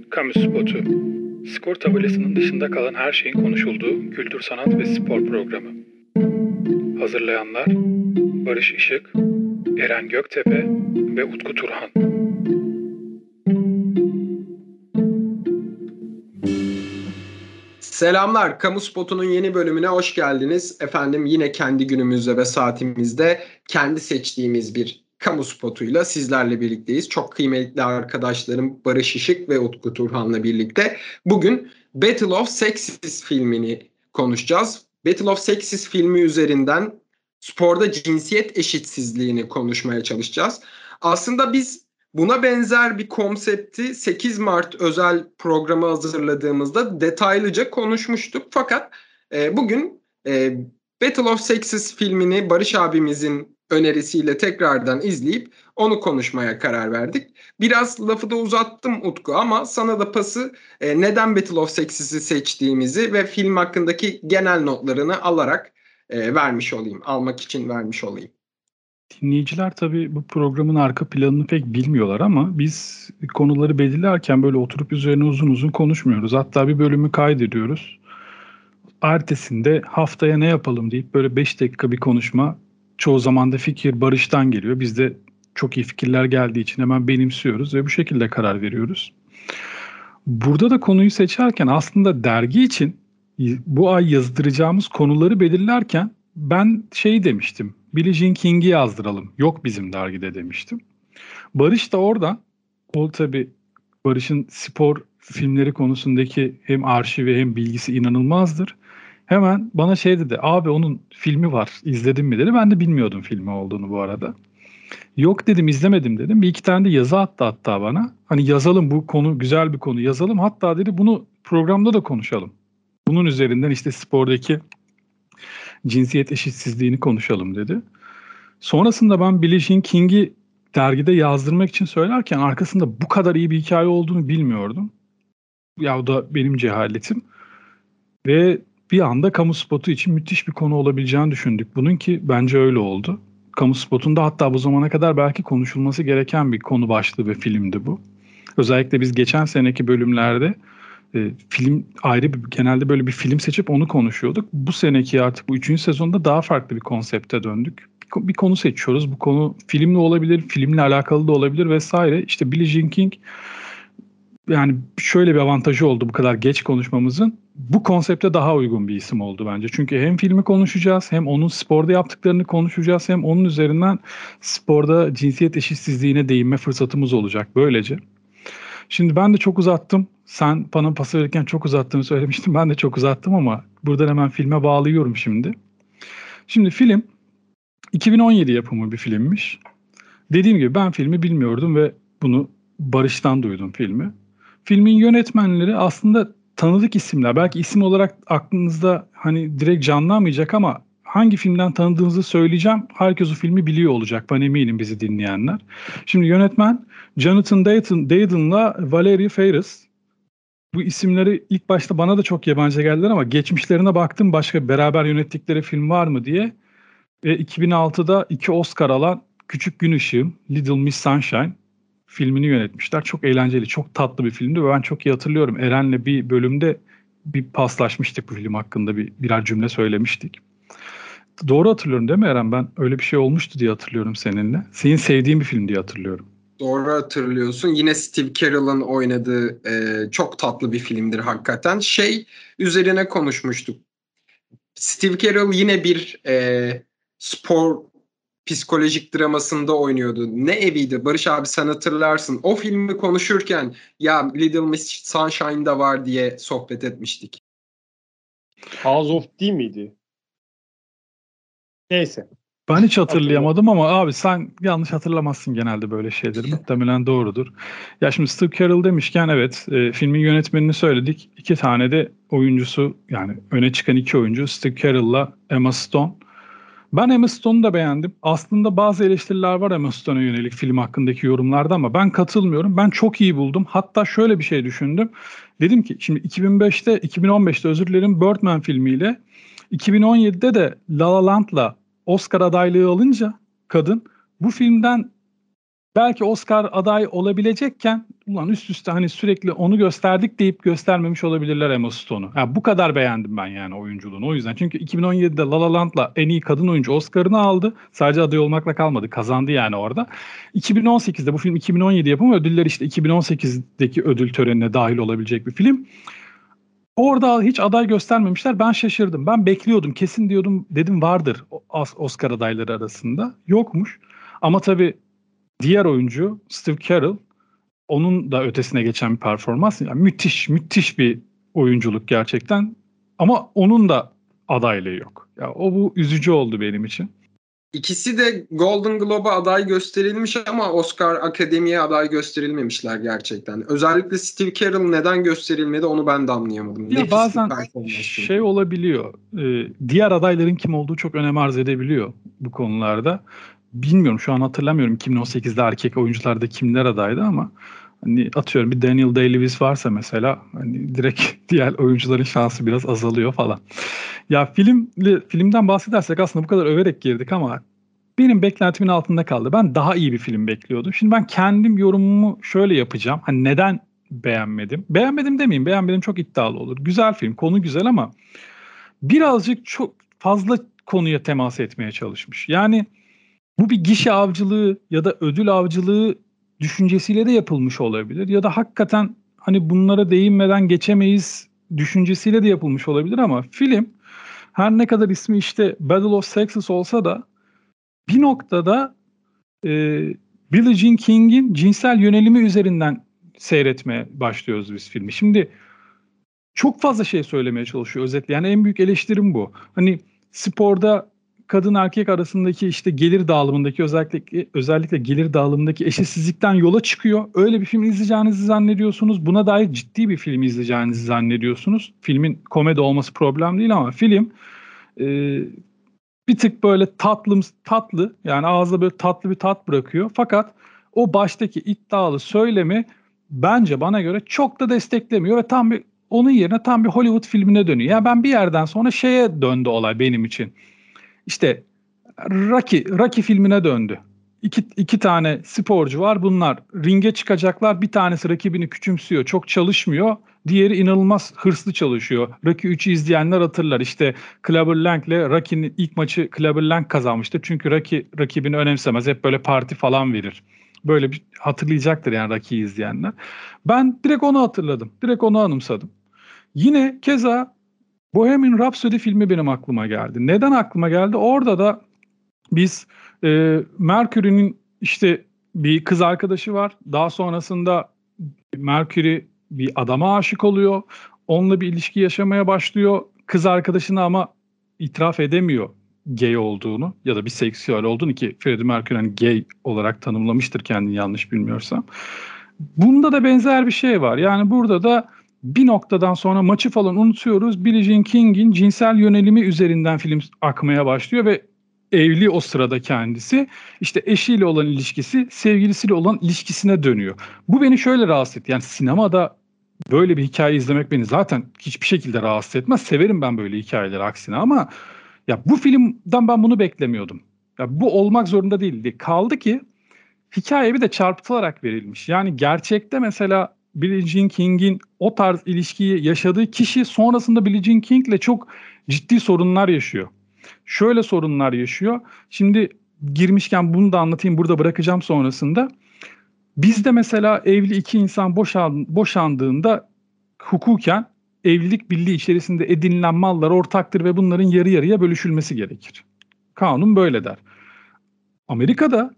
Kamu spotu. Skor tabelasının dışında kalan her şeyin konuşulduğu kültür, sanat ve spor programı. Hazırlayanlar Barış Işık, Eren Göktepe ve Utku Turhan. Selamlar, Kamu Spotu'nun yeni bölümüne hoş geldiniz. Efendim yine kendi günümüzde ve saatimizde kendi seçtiğimiz bir kamu spotuyla sizlerle birlikteyiz. Çok kıymetli arkadaşlarım Barış Işık ve Utku Turhan'la birlikte. Bugün Battle of Sexes filmini konuşacağız. Battle of Sexes filmi üzerinden sporda cinsiyet eşitsizliğini konuşmaya çalışacağız. Aslında biz buna benzer bir konsepti 8 Mart özel programı hazırladığımızda detaylıca konuşmuştuk. Fakat bugün Battle of Sexes filmini Barış abimizin önerisiyle tekrardan izleyip onu konuşmaya karar verdik. Biraz lafı da uzattım Utku ama sana da pası neden Battle of Sexes'i seçtiğimizi ve film hakkındaki genel notlarını alarak almak için vermiş olayım. Dinleyiciler tabii bu programın arka planını pek bilmiyorlar ama biz konuları belirlerken böyle oturup üzerine uzun uzun konuşmuyoruz. Hatta bir bölümü kaydediyoruz. Ertesinde haftaya ne yapalım deyip böyle 5 dakika bir konuşma. Çoğu zaman da fikir Barış'tan geliyor. Biz de çok iyi fikirler geldiği için hemen benimsiyoruz ve bu şekilde karar veriyoruz. Burada da konuyu seçerken aslında dergi için bu ay yazdıracağımız konuları belirlerken ben demiştim. Billie Jean King'i yazdıralım. Yok bizim dergide demiştim. Barış da orada, o tabii Barış'ın spor filmleri konusundaki hem arşivi hem bilgisi inanılmazdır. Hemen bana dedi, abi onun filmi var, izledin mi dedi. Ben de bilmiyordum filmi olduğunu bu arada. Yok dedim, izlemedim dedim. Bir iki tane de yazı attı hatta bana. Hani yazalım, bu konu güzel bir konu, yazalım. Hatta dedi bunu programda da konuşalım. Bunun üzerinden işte spordaki cinsiyet eşitsizliğini konuşalım dedi. Sonrasında ben Billie Jean King'i dergide yazdırmak için söylerken arkasında bu kadar iyi bir hikaye olduğunu bilmiyordum. Ya o da benim cehaletim. Ve bir anda kamu spotu için müthiş bir konu olabileceğini düşündük. Bunun ki bence öyle oldu. Kamu spotunda hatta bu zamana kadar belki konuşulması gereken bir konu başlığı ve filmdi bu. Özellikle biz geçen seneki bölümlerde film ayrı genelde böyle bir film seçip onu konuşuyorduk. Bu seneki artık bu 3. sezonda daha farklı bir konsepte döndük. Bir konu seçiyoruz. Bu konu filmle olabilir, filmle alakalı da olabilir vesaire. İşte Billie Jean King, yani şöyle bir avantajı oldu bu kadar geç konuşmamızın. Bu konsepte daha uygun bir isim oldu bence. Çünkü hem filmi konuşacağız, hem onun sporda yaptıklarını konuşacağız, hem onun üzerinden sporda cinsiyet eşitsizliğine değinme fırsatımız olacak böylece. Şimdi ben de çok uzattım. Sen bana pas verirken çok uzattığını söylemiştin. Ben de çok uzattım ama buradan hemen filme bağlıyorum şimdi. Şimdi film 2017 yapımı bir filmmiş. Dediğim gibi ben filmi bilmiyordum ve bunu Barış'tan duydum filmi. Filmin yönetmenleri aslında tanıdık isimler. Belki isim olarak aklınızda hani direkt canlanmayacak ama hangi filmden tanıdığınızı söyleyeceğim. Herkes o filmi biliyor olacak. Ben eminim bizi dinleyenler. Şimdi yönetmen Jonathan Dayton'la Valerie Faris. Bu isimleri ilk başta bana da çok yabancı geldiler ama geçmişlerine baktım, başka beraber yönettikleri film var mı diye. 2006'da 2 Oscar alan Küçük Gün Işığım, Little Miss Sunshine filmini yönetmişler. Çok eğlenceli, çok tatlı bir filmdi ve ben çok iyi hatırlıyorum. Eren'le bir bölümde bir paslaşmıştık bu film hakkında, birer cümle söylemiştik. Doğru hatırlıyorum değil mi Eren? Ben öyle bir şey olmuştu diye hatırlıyorum seninle. Senin sevdiğin bir film diye hatırlıyorum. Doğru hatırlıyorsun. Yine Steve Carell'ın oynadığı çok tatlı bir filmdir hakikaten. Üzerine konuşmuştuk. Steve Carell yine bir spor psikolojik dramasında oynuyordu. Ne eviydi? Barış abi sen hatırlarsın. O filmi konuşurken ya Little Miss Sunshine'da var diye sohbet etmiştik. House of D miydi? Neyse. Ben hiç hatırlayamadım ama abi sen yanlış hatırlamazsın genelde böyle şeyleri. Muhtemelen doğrudur. Ya şimdi Steve Carell demişken evet, filmin yönetmenini söyledik. 2 tane de oyuncusu, yani öne çıkan 2 oyuncu Steve Carell'la Emma Stone. Ben Emma Stone'u da beğendim. Aslında bazı eleştiriler var Emma Stone'a yönelik film hakkındaki yorumlarda ama ben katılmıyorum. Ben çok iyi buldum. Hatta şöyle bir şey düşündüm. Dedim ki şimdi 2015'te özür dilerim, Birdman filmiyle 2017'de de La La Land'la Oscar adaylığı alınca kadın, bu filmden belki Oscar aday olabilecekken ulan üst üste hani sürekli onu gösterdik deyip göstermemiş olabilirler Emma Stone'u. Yani bu kadar beğendim ben yani oyunculuğunu o yüzden. Çünkü 2017'de La La Land'la en iyi kadın oyuncu Oscar'ını aldı. Sadece aday olmakla kalmadı. Kazandı yani orada. 2018'de bu film 2017 yapımı, ödüller işte 2018'deki ödül törenine dahil olabilecek bir film. Orada hiç aday göstermemişler. Ben şaşırdım. Ben bekliyordum. Kesin diyordum, dedim vardır Oscar adayları arasında. Yokmuş. Ama tabii diğer oyuncu Steve Carell, onun da ötesine geçen bir performans. Yani müthiş bir oyunculuk gerçekten. Ama onun da adaylığı yok. Ya bu üzücü oldu benim için. İkisi de Golden Globe'a aday gösterilmiş ama Oscar Akademi'ye aday gösterilmemişler gerçekten. Özellikle Steve Carell neden gösterilmedi onu ben de anlayamadım. Ya Nefis bazen bir performans çünkü. şey olabiliyor. Diğer adayların kim olduğu çok önem arz edebiliyor bu konularda. Bilmiyorum, şu an hatırlamıyorum 2018'de erkek oyuncularda kimler adaydı ama hani atıyorum bir Daniel Day-Lewis varsa mesela hani direkt diğer oyuncuların şansı biraz azalıyor falan. Ya filmden bahsedersek aslında bu kadar överek girdik ama benim beklentimin altında kaldı. Ben daha iyi bir film bekliyordum. Şimdi ben kendim yorumumu şöyle yapacağım. Hani neden beğenmedim? Beğenmedim demeyeyim. Beğenmedim çok iddialı olur. Güzel film, konu güzel ama birazcık çok fazla konuya temas etmeye çalışmış. Yani bu bir gişe avcılığı ya da ödül avcılığı düşüncesiyle de yapılmış olabilir. Ya da hakikaten hani bunlara değinmeden geçemeyiz düşüncesiyle de yapılmış olabilir ama film her ne kadar ismi işte Battle of Sexes olsa da bir noktada e, Billie Jean King'in cinsel yönelimi üzerinden seyretmeye başlıyoruz biz filmi. Şimdi çok fazla şey söylemeye çalışıyor özetle. Yani en büyük eleştirim bu. Hani sporda kadın erkek arasındaki işte gelir dağılımındaki özellikle gelir dağılımındaki eşitsizlikten yola çıkıyor. Öyle bir film izleyeceğinizi zannediyorsunuz. Buna dair ciddi bir film izleyeceğinizi zannediyorsunuz. Filmin komedi olması problem değil ama film e, bir tık böyle tatlı, yani ağızda böyle tatlı bir tat bırakıyor. Fakat o baştaki iddialı söylemi bence bana göre çok da desteklemiyor ve onun yerine tam bir Hollywood filmine dönüyor. Yani ben bir yerden sonra şeye döndü olay benim için. İşte Rocky filmine döndü. İki tane sporcu var. Bunlar ringe çıkacaklar. Bir tanesi rakibini küçümsüyor. Çok çalışmıyor. Diğeri inanılmaz hırslı çalışıyor. Rocky 3'ü izleyenler hatırlar. İşte Clubber Lang'le Rocky'nin ilk maçı Clubber Lang kazanmıştı. Çünkü Rocky rakibini önemsemez. Hep böyle parti falan verir. Böyle bir hatırlayacaktır yani Rocky'yi izleyenler. Ben direkt onu hatırladım. Direkt onu anımsadım. Yine keza Bohemian Rhapsody filmi benim aklıma geldi. Neden aklıma geldi? Orada da biz Mercury'nin işte bir kız arkadaşı var. Daha sonrasında Mercury bir adama aşık oluyor. Onunla bir ilişki yaşamaya başlıyor. Kız arkadaşına ama itiraf edemiyor gay olduğunu ya da biseksüel olduğunu, ki Freddie Mercury hani gay olarak tanımlamıştır kendini yanlış bilmiyorsam. Bunda da benzer bir şey var. Yani burada da bir noktadan sonra maçı falan unutuyoruz. Billie Jean King'in cinsel yönelimi üzerinden film akmaya başlıyor ve evli o sırada kendisi. İşte eşiyle olan ilişkisi, sevgilisiyle olan ilişkisine dönüyor. Bu beni şöyle rahatsız etti. Yani sinemada böyle bir hikaye izlemek beni zaten hiçbir şekilde rahatsız etmez. Severim ben böyle hikayeleri aksine ama ya bu filmden ben bunu beklemiyordum. Ya bu olmak zorunda değildi. Kaldı ki hikaye bir de çarpıtılarak verilmiş. Yani gerçekte mesela Billie Jean King'in o tarz ilişkiyi yaşadığı kişi sonrasında Billie Jean King'le çok ciddi sorunlar yaşıyor. Şöyle sorunlar yaşıyor. Şimdi girmişken bunu da anlatayım, burada bırakacağım sonrasında. Bizde mesela evli iki insan boşandığında hukuken evlilik birliği içerisinde edinilen mallar ortaktır ve bunların yarı yarıya bölüşülmesi gerekir. Kanun böyle der. Amerika'da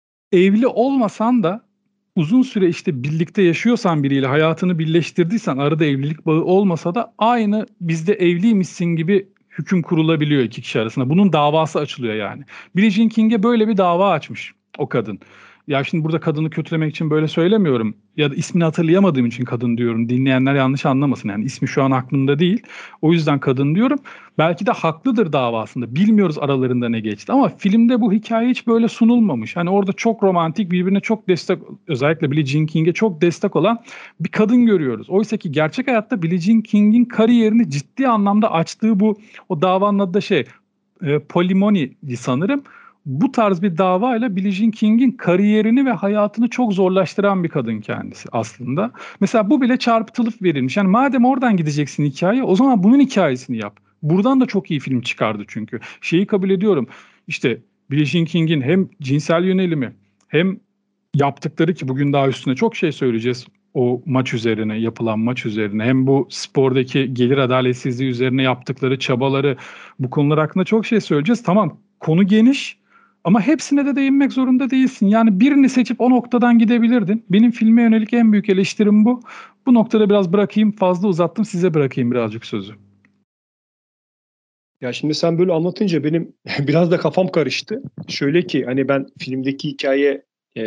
evli olmasan da uzun süre işte birlikte yaşıyorsan biriyle, hayatını birleştirdiysen, arada evlilik bağı olmasa da aynı bizde evliymişsin gibi hüküm kurulabiliyor iki kişi arasında. Bunun davası açılıyor yani. Billie Jean King'e böyle bir dava açmış o kadın. Ya şimdi burada kadını kötülemek için böyle söylemiyorum. Ya da ismini hatırlayamadığım için kadın diyorum. Dinleyenler yanlış anlamasın. Yani ismi şu an aklımda değil. O yüzden kadın diyorum. Belki de haklıdır davasında. Bilmiyoruz aralarında ne geçti. Ama filmde bu hikaye hiç böyle sunulmamış. Hani orada çok romantik, birbirine çok destek, özellikle Billie Jean King'e çok destek olan bir kadın görüyoruz. Oysa ki gerçek hayatta Billie Jean King'in kariyerini ciddi anlamda açtığı o davanın adı da Polymony sanırım. bu tarz bir davayla Billie Jean King'in kariyerini ve hayatını çok zorlaştıran bir kadın kendisi aslında. Mesela bu bile çarpıtılıp verilmiş. Yani madem oradan gideceksin hikaye, o zaman bunun hikayesini yap. Buradan da çok iyi film çıkardı çünkü. Şeyi kabul ediyorum. İşte Billie Jean King'in hem cinsel yönelimi hem yaptıkları, ki bugün daha üstüne çok şey söyleyeceğiz o maç üzerine, yapılan maç üzerine, hem bu spordaki gelir adaletsizliği üzerine yaptıkları çabaları, bu konular hakkında çok şey söyleyeceğiz. Tamam, konu geniş ama hepsine de değinmek zorunda değilsin. Yani birini seçip o noktadan gidebilirdin. Benim filme yönelik en büyük eleştirim bu. Bu noktada biraz bırakayım, fazla uzattım, size bırakayım birazcık sözü. Ya şimdi sen böyle anlatınca benim biraz da kafam karıştı. Şöyle ki hani ben filmdeki hikaye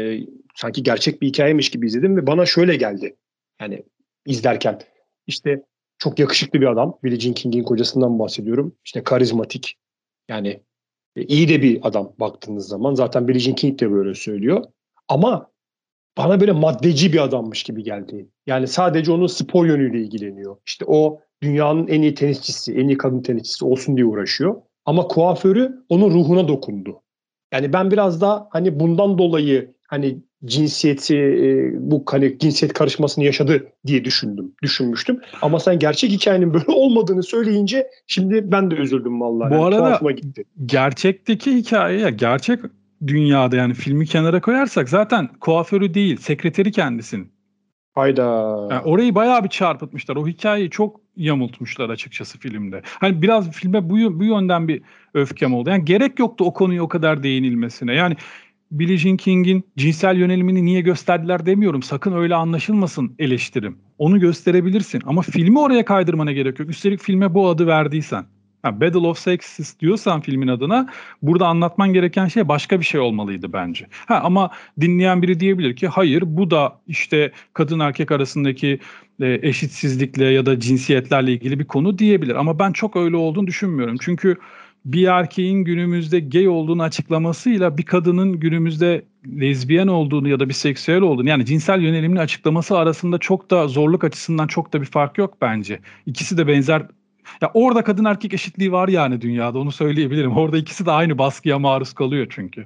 sanki gerçek bir hikayemiş gibi izledim ve bana şöyle geldi. Yani izlerken işte çok yakışıklı bir adam. Billie Jean King'in kocasından bahsediyorum. İşte karizmatik, yani iyi de bir adam baktığınız zaman. Zaten Billie Jean King de böyle söylüyor. Ama bana böyle maddeci bir adammış gibi geldi. Yani sadece onun spor yönüyle ilgileniyor. İşte o dünyanın en iyi tenisçisi, en iyi kadın tenisçisi olsun diye uğraşıyor. Ama kuaförü onun ruhuna dokundu. Yani ben biraz da hani bundan dolayı hani cinsiyeti, bu hani cinsiyet karışmasını yaşadı diye düşünmüştüm. Ama sen gerçek hikayenin böyle olmadığını söyleyince şimdi ben de üzüldüm vallahi. Bu Yani arada tuhafıma gitti. gerçekte hikayeye, gerçek dünyada, yani filmi kenara koyarsak zaten kuaförü değil, sekreteri kendisin. Hayda. Yani orayı bayağı bir çarpıtmışlar. O hikayeyi çok yamultmuşlar açıkçası filmde. Hani biraz filme bu yönden bir öfkem oldu. Yani gerek yoktu o konuya o kadar değinilmesine. Yani Billie Jean King'in cinsel yönelimini niye gösterdiler demiyorum. Sakın öyle anlaşılmasın eleştirim. Onu gösterebilirsin ama filmi oraya kaydırmana gerek yok. Üstelik filme bu adı verdiysen. Battle of Sexes diyorsan filmin adına, burada anlatman gereken şey başka bir şey olmalıydı bence. Ama dinleyen biri diyebilir ki hayır, bu da işte kadın erkek arasındaki eşitsizlikle ya da cinsiyetlerle ilgili bir konu diyebilir. Ama ben çok öyle olduğunu düşünmüyorum. Çünkü bir erkeğin günümüzde gay olduğunu açıklamasıyla bir kadının günümüzde lezbiyen olduğunu ya da biseksüel olduğunu, yani cinsel yönelimini açıklaması arasında çok da zorluk açısından çok da bir fark yok bence. İkisi de benzer. Ya orada kadın erkek eşitliği var yani dünyada, onu söyleyebilirim. Orada ikisi de aynı baskıya maruz kalıyor çünkü.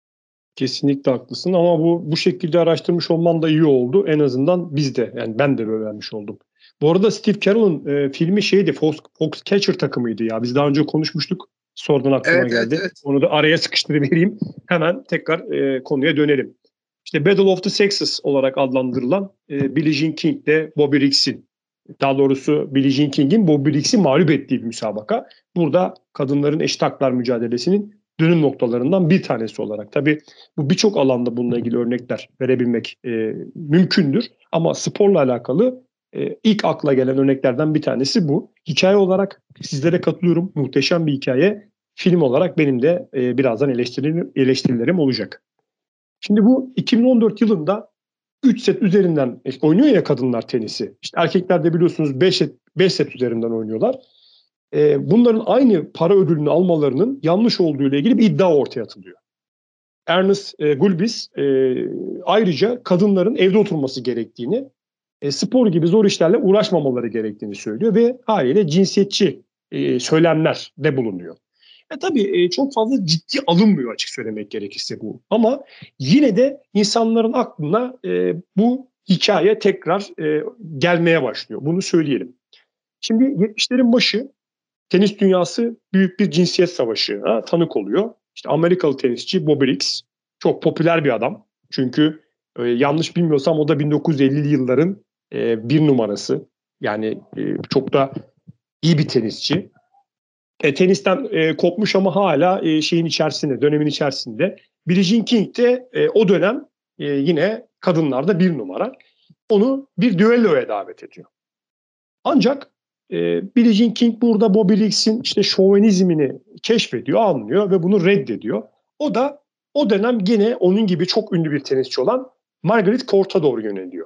Kesinlikle haklısın ama bu şekilde araştırmış olman da iyi oldu. En azından biz de, yani ben de öğrenmiş oldum. Bu arada Steve Carell'ın filmi şeydi, Foxcatcher takımıydı ya. Biz daha önce konuşmuştuk. Sonradan aklıma geldi. Evet. Onu da araya sıkıştırıvereyim. Hemen tekrar konuya dönelim. İşte Battle of the Sexes olarak adlandırılan Billie Jean King ile Bobby Riggs'in, daha doğrusu Billie Jean King'in Bobby Riggs'i mağlup ettiği bir müsabaka. Burada kadınların eşit haklar mücadelesinin dönüm noktalarından bir tanesi olarak. Tabii bu birçok alanda bununla ilgili örnekler verebilmek mümkündür. Ama sporla alakalı ilk akla gelen örneklerden bir tanesi bu. Hikaye olarak sizlere katılıyorum. Muhteşem bir hikaye. Film olarak benim de birazdan eleştirilerim olacak. Şimdi bu 2014 yılında 3 set üzerinden oynuyor ya kadınlar tenisi. İşte erkekler de biliyorsunuz 5 set üzerinden oynuyorlar. Bunların aynı para ödülünü almalarının yanlış olduğu ile ilgili bir iddia ortaya atılıyor. Ernest Gulbis ayrıca kadınların evde oturması gerektiğini, spor gibi zor işlerle uğraşmamaları gerektiğini söylüyor ve haliyle cinsiyetçi söylemler de bulunuyor. Tabii çok fazla ciddi alınmıyor açık söylemek gerekirse bu. Ama yine de insanların aklına bu hikaye tekrar gelmeye başlıyor. Bunu söyleyelim. Şimdi 70'lerin başı tenis dünyası büyük bir cinsiyet savaşına tanık oluyor. İşte Amerikalı tenisçi Bobby Riggs çok popüler bir adam. Çünkü yanlış bilmiyorsam o da 1950'li yılların bir numarası. Yani çok da iyi bir tenisçi. Tenisten kopmuş ama hala şeyin içerisinde, dönemin içerisinde. Billie Jean King de o dönem yine kadınlarda bir numara. Onu bir düelloya davet ediyor. Ancak Billie Jean King burada Bobby Riggs'in işte şovenizmini keşfediyor, anlıyor ve bunu reddediyor. O da o dönem gene onun gibi çok ünlü bir tenisçi olan Margaret Court'a doğru yöneliyor.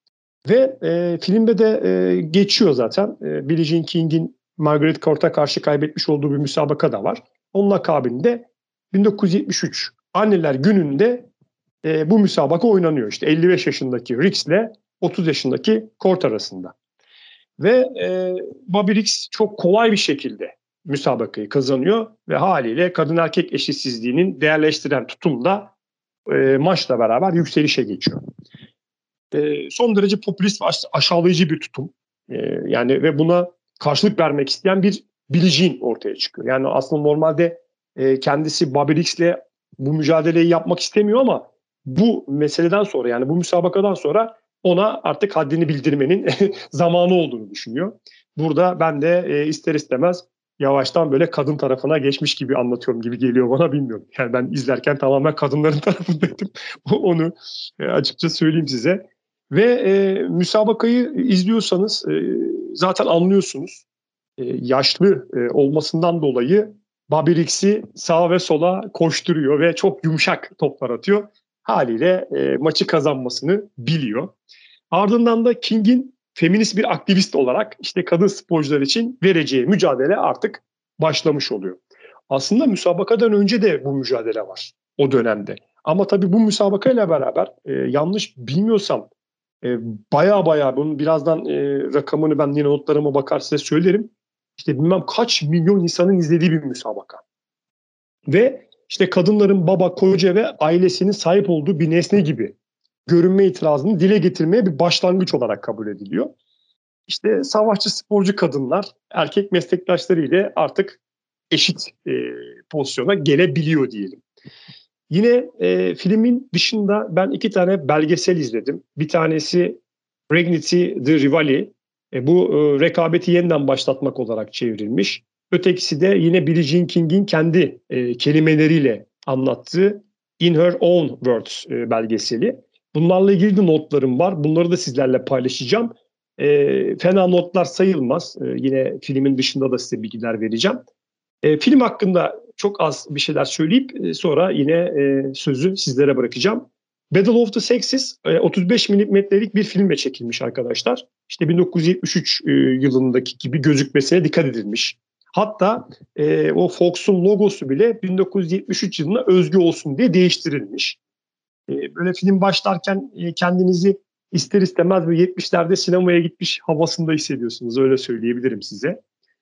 Ve filmde de geçiyor zaten. Billie Jean King'in Margaret Court'a karşı kaybetmiş olduğu bir müsabaka da var. Onun akabinde 1973 Anneler Günü'nde bu müsabaka oynanıyor. İşte 55 yaşındaki Riggs ile 30 yaşındaki Court arasında. Ve Bobby Riggs çok kolay bir şekilde müsabakayı kazanıyor ve haliyle kadın erkek eşitsizliğinin değerleştiren tutumda maçla beraber yükselişe geçiyor. Son derece popülist ve aşağılayıcı bir tutum. Yani ve buna karşılık vermek isteyen bir Billie Jean ortaya çıkıyor. Yani aslında normalde kendisi Bobby Riggs'le bu mücadeleyi yapmak istemiyor ama bu meseleden sonra, yani bu müsabakadan sonra ona artık haddini bildirmenin zamanı olduğunu düşünüyor. Burada ben de ister istemez yavaştan böyle kadın tarafına geçmiş gibi anlatıyorum gibi geliyor bana, bilmiyorum. Yani ben izlerken tamamen kadınların tarafındaydım. Onu açıkça söyleyeyim size. Ve müsabakayı izliyorsanız zaten anlıyorsunuz. Yaşlı olmasından dolayı Bobby Riggs'i sağa ve sola koşturuyor ve çok yumuşak toplar atıyor. Haliyle maçı kazanmasını biliyor. Ardından da King'in feminist bir aktivist olarak işte kadın sporcular için vereceği mücadele artık başlamış oluyor. Aslında müsabakadan önce de bu mücadele var o dönemde. Ama tabii bu müsabakayla beraber yanlış bilmiyorsam baya bunun birazdan rakamını ben yine notlarıma bakar size söylerim. İşte bilmem kaç milyon insanın izlediği bir müsabaka. Ve işte kadınların baba, koca ve ailesinin sahip olduğu bir nesne gibi görünme itirazını dile getirmeye bir başlangıç olarak kabul ediliyor. İşte savaşçı sporcu kadınlar erkek meslektaşları ile artık eşit pozisyona gelebiliyor diyelim. Yine filmin dışında ben 2 tane belgesel izledim. Bir tanesi Pregnancy the Rivali. Bu rekabeti yeniden başlatmak olarak çevrilmiş. Ötekisi de yine Billie Jean King'in kendi kelimeleriyle anlattığı In Her Own Words belgeseli. Bunlarla ilgili de notlarım var. Bunları da sizlerle paylaşacağım. Fena notlar sayılmaz. Yine filmin dışında da size bilgiler vereceğim. Film hakkında çok az bir şeyler söyleyip sonra yine sözü sizlere bırakacağım. Battle of the Sexes 35 milimetrelik bir filmle çekilmiş arkadaşlar. İşte 1973 yılındaki gibi gözükmesine dikkat edilmiş. Hatta o Fox'un logosu bile 1973 yılına özgü olsun diye değiştirilmiş. Böyle film başlarken kendinizi ister istemez böyle 70'lerde sinemaya gitmiş havasında hissediyorsunuz. Öyle söyleyebilirim size.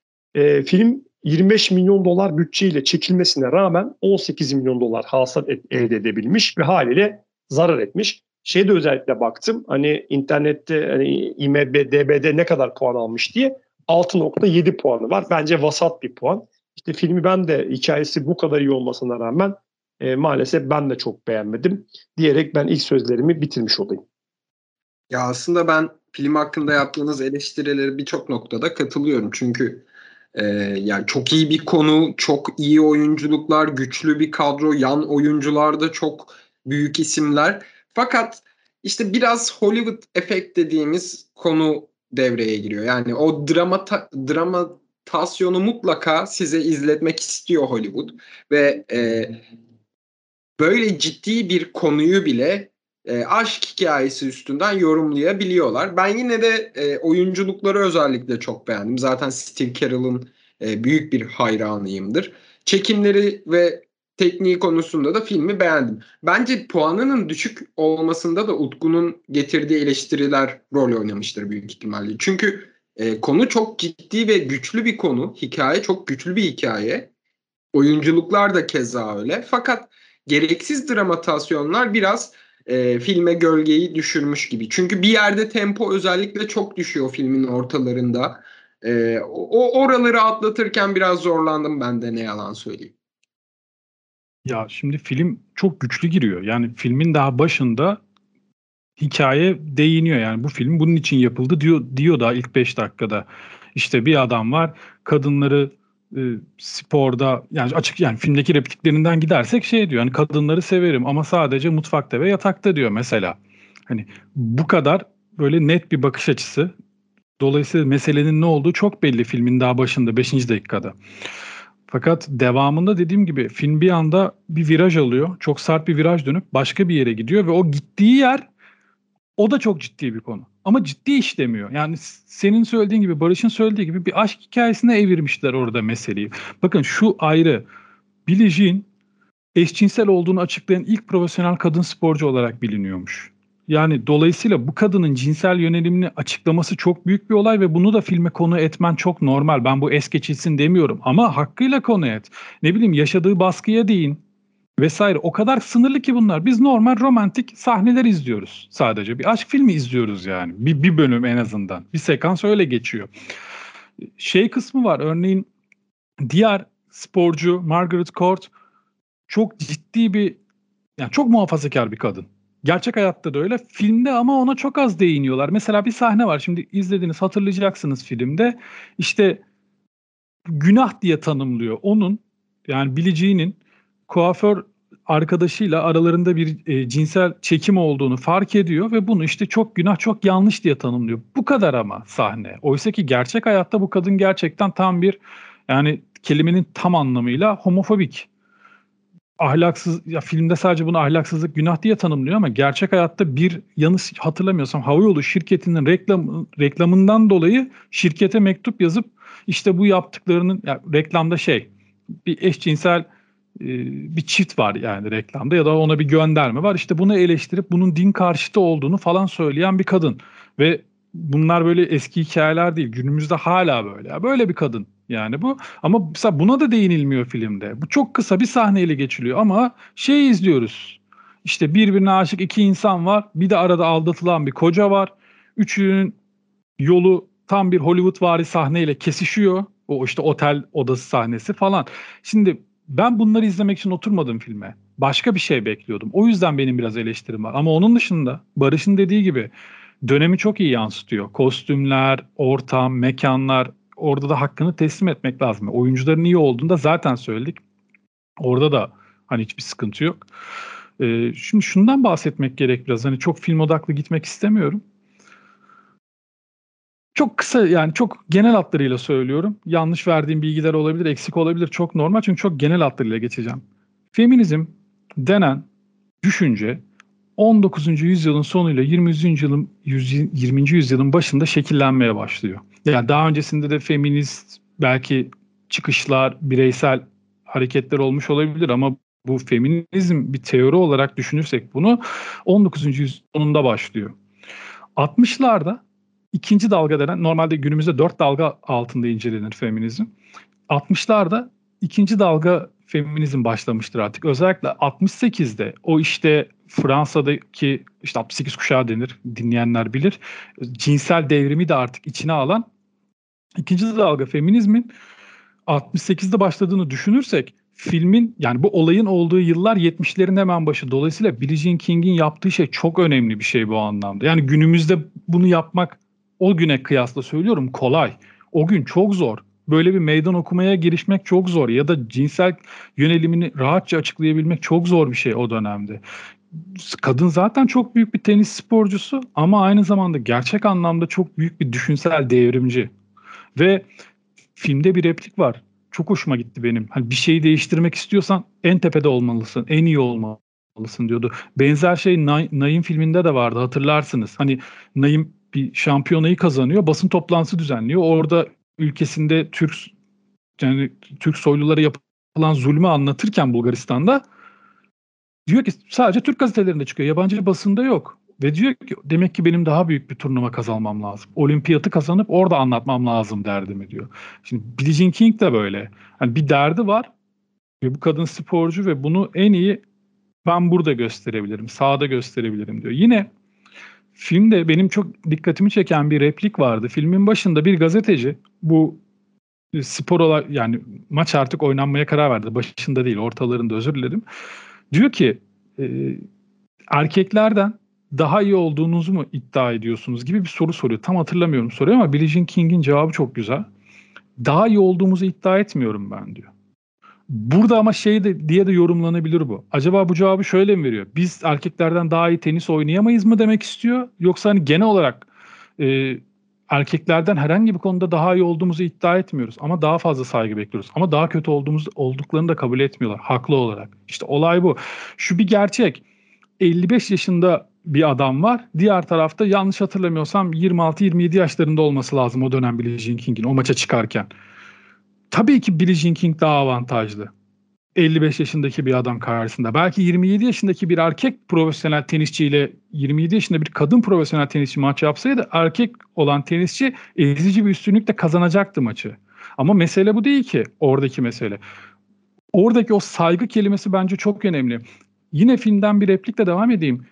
Film 25 milyon dolar bütçeyle çekilmesine rağmen 18 milyon dolar hasılat elde edebilmiş ve haliyle zarar etmiş. Şeyde özellikle baktım, hani internette hani IMDb'de ne kadar puan almış diye 6.7 puanı var. Bence vasat bir puan. İşte filmi ben de hikayesi bu kadar iyi olmasına rağmen maalesef ben de çok beğenmedim diyerek ben ilk sözlerimi bitirmiş olayım. Ya aslında ben film hakkında yaptığınız eleştirileri birçok noktada katılıyorum. Çünkü yani çok iyi bir konu, çok iyi oyunculuklar, güçlü bir kadro, yan oyuncular da çok büyük isimler. Fakat işte biraz Hollywood efekt dediğimiz konu devreye giriyor. Yani o dramatasyonu mutlaka size izletmek istiyor Hollywood. Ve böyle ciddi bir konuyu bile aşk hikayesi üstünden yorumlayabiliyorlar. Ben yine de oyunculukları özellikle çok beğendim. Zaten Steve Carell'ın büyük bir hayranıyımdır. Çekimleri ve tekniği konusunda da filmi beğendim. Bence puanının düşük olmasında da Utku'nun getirdiği eleştiriler rol oynamıştır büyük ihtimalle. Çünkü konu çok ciddi ve güçlü bir konu. Hikaye çok güçlü bir hikaye. Oyunculuklar da keza öyle. Fakat gereksiz dramatasyonlar biraz filme gölgeyi düşürmüş gibi. Çünkü bir yerde tempo özellikle çok düşüyor filmin ortalarında. Oraları atlatırken biraz zorlandım ben de, ne yalan söyleyeyim. Ya şimdi film çok güçlü giriyor. Yani filmin daha başında hikaye değiniyor. Yani bu film bunun için yapıldı diyor daha ilk 5 dakikada. İşte bir adam var, kadınları sporda, yani açık, yani filmdeki repliklerinden gidersek şey diyor. Yani kadınları severim ama sadece mutfakta ve yatakta diyor mesela. Hani bu kadar böyle net bir bakış açısı. Dolayısıyla meselenin ne olduğu çok belli filmin daha başında 5. dakikada. Fakat devamında dediğim gibi film bir anda bir viraj alıyor. Çok sert bir viraj dönüp başka bir yere gidiyor ve o gittiği yer, o da çok ciddi bir konu. Ama ciddi işlemiyor. Yani senin söylediğin gibi, Barış'ın söylediği gibi bir aşk hikayesine evirmişler orada meseleyi. Bakın şu ayrı. Billie Jean eşcinsel olduğunu açıklayan ilk profesyonel kadın sporcu olarak biliniyormuş. Yani dolayısıyla bu kadının cinsel yönelimini açıklaması çok büyük bir olay ve bunu da filme konu etmen çok normal. Ben bu es geçilsin demiyorum ama hakkıyla konu et. Ne bileyim, yaşadığı baskıya değin vesaire. O kadar sınırlı ki bunlar. Biz normal romantik sahneler izliyoruz sadece. Bir aşk filmi izliyoruz yani. Bir bölüm en azından. Bir sekans öyle geçiyor. Şey kısmı var. Örneğin diğer sporcu Margaret Court çok ciddi bir, yani çok muhafazakar bir kadın. Gerçek hayatta da öyle. Filmde ama ona çok az değiniyorlar. Mesela bir sahne var. Şimdi izlediniz, hatırlayacaksınız filmde. İşte günah diye tanımlıyor. Onun, yani Billie Jean'in kuaför arkadaşıyla aralarında bir cinsel çekim olduğunu fark ediyor ve bunu işte çok günah, çok yanlış diye tanımlıyor. Bu kadar ama sahne. Oysa ki gerçek hayatta bu kadın gerçekten tam bir, yani kelimenin tam anlamıyla homofobik. Ahlaksız, ya filmde sadece bunu ahlaksızlık, günah diye tanımlıyor ama gerçek hayatta bir, yanlış hatırlamıyorsam havayolu şirketinin reklamından dolayı şirkete mektup yazıp işte bu yaptıklarının, ya reklamda bir eşcinsel bir çift var yani reklamda, ya da ona bir gönderme var. İşte bunu eleştirip bunun din karşıtı olduğunu falan söyleyen bir kadın ve bunlar böyle eski hikayeler değil. Günümüzde hala böyle. Ya böyle bir kadın yani bu. Ama mesela buna da değinilmiyor filmde. Bu çok kısa bir sahneyle geçiliyor ama izliyoruz. İşte birbirine aşık iki insan var. Bir de arada aldatılan bir koca var. Üçünün yolu tam bir Hollywoodvari sahneyle kesişiyor. O işte otel odası sahnesi falan. Şimdi ben bunları izlemek için oturmadım filme. Başka bir şey bekliyordum. O yüzden benim biraz eleştirim var. Ama onun dışında Barış'ın dediği gibi dönemi çok iyi yansıtıyor. Kostümler, ortam, mekanlar, orada da hakkını teslim etmek lazım. Oyuncuların iyi olduğunu da zaten söyledik. Orada da hani hiçbir sıkıntı yok. Şimdi şundan bahsetmek gerek biraz. Hani çok film odaklı gitmek istemiyorum. Çok kısa, yani çok genel hatlarıyla söylüyorum. Yanlış verdiğim bilgiler olabilir, eksik olabilir. Çok normal, çünkü çok genel hatlarıyla geçeceğim. Feminizm denen düşünce 19. yüzyılın sonuyla 20. yüzyılın başında şekillenmeye başlıyor. Yani daha öncesinde de feminist belki çıkışlar, bireysel hareketler olmuş olabilir ama bu feminizm bir teori olarak düşünürsek bunu 19. yüzyılın sonunda başlıyor. 60'larda ikinci dalga denen, normalde günümüzde 4 dalga altında incelenir feminizm. 60'larda ikinci dalga feminizm başlamıştır artık. Özellikle 68'de o işte Fransa'daki işte 68 kuşağı denir, dinleyenler bilir. Cinsel devrimi de artık içine alan ikinci dalga feminizmin 68'de başladığını düşünürsek filmin, yani bu olayın olduğu yıllar 70'lerin hemen başı. Dolayısıyla Billie Jean King'in yaptığı şey çok önemli bir şey bu anlamda. Yani günümüzde bunu yapmak, o güne kıyasla söylüyorum, kolay. O gün çok zor. Böyle bir meydan okumaya girişmek çok zor, ya da cinsel yönelimini rahatça açıklayabilmek çok zor bir şey o dönemde. Kadın zaten çok büyük bir tenis sporcusu ama aynı zamanda gerçek anlamda çok büyük bir düşünsel devrimci. Ve filmde bir replik var. Çok hoşuma gitti benim. Hani bir şeyi değiştirmek istiyorsan en tepede olmalısın, en iyi olmalısın diyordu. Benzer şey Naim filminde de vardı, hatırlarsınız. Hani Naim bir şampiyonayı kazanıyor, basın toplantısı düzenliyor. Orada ülkesinde Türk soylulara yapılan zulmü anlatırken Bulgaristan'da diyor ki sadece Türk gazetelerinde çıkıyor, yabancı basında yok. Ve diyor ki demek ki benim daha büyük bir turnuva kazanmam lazım. Olimpiyatı kazanıp orada anlatmam lazım derdimi diyor. Şimdi Billie Jean King de böyle. Hani bir derdi var ve bu kadın sporcu ve bunu en iyi ben burada gösterebilirim, sahada gösterebilirim diyor. Yine filmde benim çok dikkatimi çeken bir replik vardı. Filmin başında bir gazeteci bu spor olarak, yani maç artık oynanmaya karar verdi. Başında değil, ortalarında, özür dilerim. Diyor ki erkeklerden daha iyi olduğunuzu mu iddia ediyorsunuz gibi bir soru soruyor. Tam hatırlamıyorum soruyu ama Billie Jean King'in cevabı çok güzel. Daha iyi olduğumuzu iddia etmiyorum ben diyor. Burada ama diye de yorumlanabilir bu. Acaba bu cevabı şöyle mi veriyor? Biz erkeklerden daha iyi tenis oynayamayız mı demek istiyor? Yoksa hani genel olarak erkeklerden herhangi bir konuda daha iyi olduğumuzu iddia etmiyoruz ama daha fazla saygı bekliyoruz. Ama daha kötü olduklarını da kabul etmiyorlar haklı olarak. İşte olay bu. Şu bir gerçek. 55 yaşında bir adam var. Diğer tarafta yanlış hatırlamıyorsam 26-27 yaşlarında olması lazım o dönem Billie Jean King'in o maça çıkarken. Tabii ki Billie Jean King daha avantajlı. 55 yaşındaki bir adam karşısında. Belki 27 yaşındaki bir erkek profesyonel tenisçiyle 27 yaşında bir kadın profesyonel tenisçi maç yapsaydı erkek olan tenisçi ezici bir üstünlükle kazanacaktı maçı. Ama mesele bu değil ki, oradaki mesele. Oradaki o saygı kelimesi bence çok önemli. Yine filmden bir replikle devam edeyim.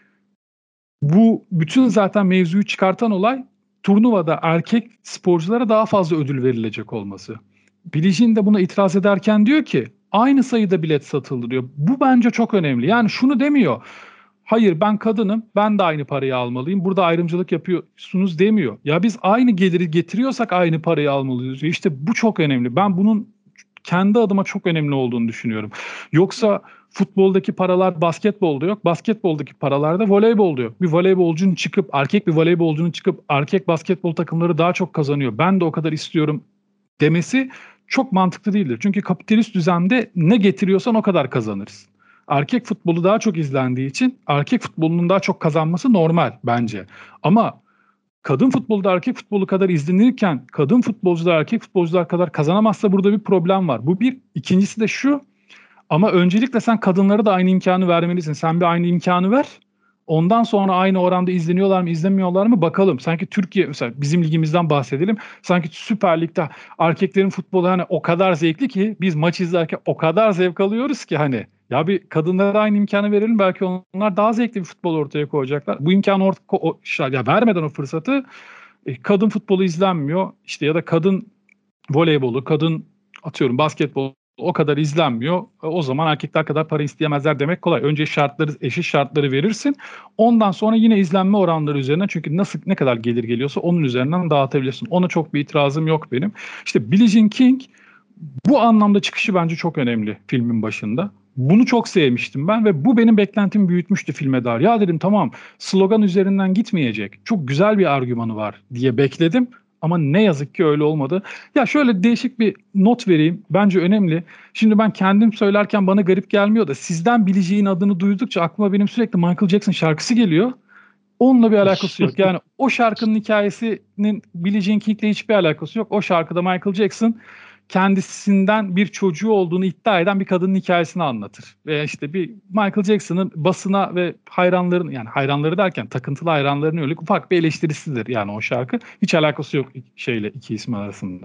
Bu bütün zaten mevzuyu çıkartan olay turnuvada erkek sporculara daha fazla ödül verilecek olması. Billie Jean de buna itiraz ederken diyor ki aynı sayıda bilet satıldı diyor. Bu bence çok önemli. Yani şunu demiyor. Hayır ben kadınım, ben de aynı parayı almalıyım. Burada ayrımcılık yapıyorsunuz demiyor. Ya biz aynı geliri getiriyorsak aynı parayı almalıyız diyor. İşte bu çok önemli. Ben bunun kendi adıma çok önemli olduğunu düşünüyorum. Yoksa futboldaki paralar basketbolda yok. Basketboldaki paralar da voleybolda yok. Bir voleybolcunun çıkıp, erkek bir voleybolcunun çıkıp erkek basketbol takımları daha çok kazanıyor. Ben de o kadar istiyorum demesi çok mantıklı değildir. Çünkü kapitalist düzende ne getiriyorsan o kadar kazanırız. Erkek futbolu daha çok izlendiği için erkek futbolunun daha çok kazanması normal bence. Ama kadın futbolu da erkek futbolu kadar izlenirken kadın futbolcular erkek futbolcular kadar kazanamazsa burada bir problem var. Bu bir. İkincisi de şu. Ama öncelikle sen kadınlara da aynı imkanı vermelisin. Sen bir aynı imkanı ver. Ondan sonra aynı oranda izleniyorlar mı, izlemiyorlar mı bakalım. Sanki Türkiye, mesela bizim ligimizden bahsedelim. Sanki Süper Lig'de erkeklerin futbolu hani o kadar zevkli ki biz maç izlerken o kadar zevk alıyoruz ki hani. Ya bir kadınlara aynı imkanı verelim, belki onlar daha zevkli bir futbol ortaya koyacaklar. Bu imkanı ya vermeden o fırsatı kadın futbolu izlenmiyor. İşte ya da kadın voleybolu, kadın atıyorum basketbol o kadar izlenmiyor. O zaman erkekler kadar para isteyemezler demek kolay. Önce eşit şartları verirsin. Ondan sonra yine izlenme oranları üzerinden, çünkü ne kadar gelir geliyorsa onun üzerinden dağıtabilirsin. Ona çok bir itirazım yok benim. İşte Billie Jean King bu anlamda çıkışı bence çok önemli filmin başında. Bunu çok sevmiştim ben ve bu benim beklentimi büyütmüştü filme dair. Ya dedim tamam, slogan üzerinden gitmeyecek. Çok güzel bir argümanı var diye bekledim. Ama ne yazık ki öyle olmadı. Ya şöyle değişik bir not vereyim. Bence önemli. Şimdi ben kendim söylerken bana garip gelmiyor da sizden Billie Jean'in adını duydukça aklıma benim sürekli Michael Jackson şarkısı geliyor. Onunla bir alakası yok. Yani o şarkının hikayesinin Billie Jean King'le hiçbir alakası yok. O şarkıda Michael Jackson kendisinden bir çocuğu olduğunu iddia eden bir kadının hikayesini anlatır. Ve işte bir Michael Jackson'ın basına ve hayranları derken takıntılı hayranlarına yönelik ufak bir eleştirisidir yani o şarkı. Hiç alakası yok iki ismi arasında.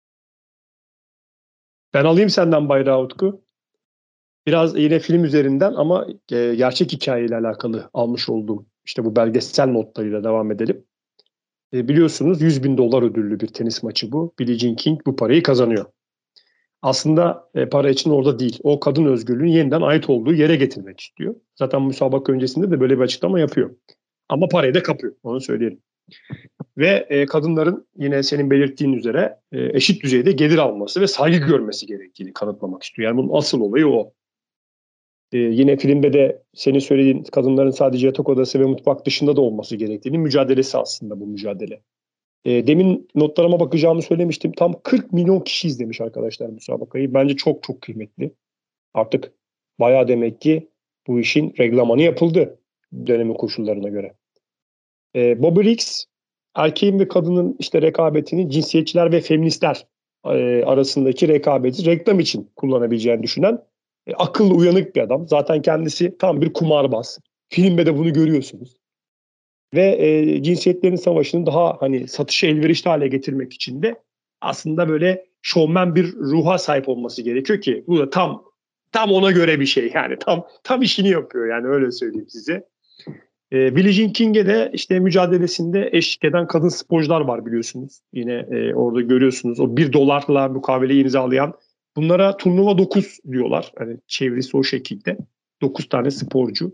Ben alayım senden bayrağı Utku. Biraz yine film üzerinden ama gerçek hikayeyle alakalı almış olduğum işte bu belgesel notlarıyla devam edelim. Biliyorsunuz $100.000 ödüllü bir tenis maçı bu. Billie Jean King bu parayı kazanıyor. Aslında para için orada değil. O kadın özgürlüğünün yeniden ait olduğu yere getirmek istiyor. Zaten müsabaka öncesinde de böyle bir açıklama yapıyor. Ama parayı da kapıyor. Onu söyleyelim. Ve kadınların yine senin belirttiğin üzere eşit düzeyde gelir alması ve saygı görmesi gerektiğini kanıtlamak istiyor. Yani bunun asıl olayı o. Yine filmde de senin söylediğin kadınların sadece yatak odası ve mutfak dışında da olması gerektiğini mücadelesi aslında bu mücadele. Demin notlarıma bakacağımı söylemiştim. Tam 40 milyon kişi izlemiş arkadaşlar müsabakayı. Bence çok çok kıymetli. Artık bayağı demek ki bu işin reglamanı yapıldı dönemin koşullarına göre. Bobby Riggs erkeğin ve kadının işte rekabetini cinsiyetçiler ve feministler arasındaki rekabeti reklam için kullanabileceğini düşünen akıllı uyanık bir adam. Zaten kendisi tam bir kumarbaz. Filmde de bunu görüyorsunuz. Ve cinsiyetlerin savaşını daha hani satışa elverişli hale getirmek için de aslında böyle şovmen bir ruha sahip olması gerekiyor ki bu da tam ona göre bir şey. Yani tam işini yapıyor yani öyle söyleyeyim size. Billie Jean King'e de işte mücadelesinde eşlik eden kadın sporcular var biliyorsunuz. Yine orada görüyorsunuz o $1 mukaveleyi imzalayan. Bunlara turnuva 9 diyorlar. Hani çevirisi o şekilde. 9 tane sporcu.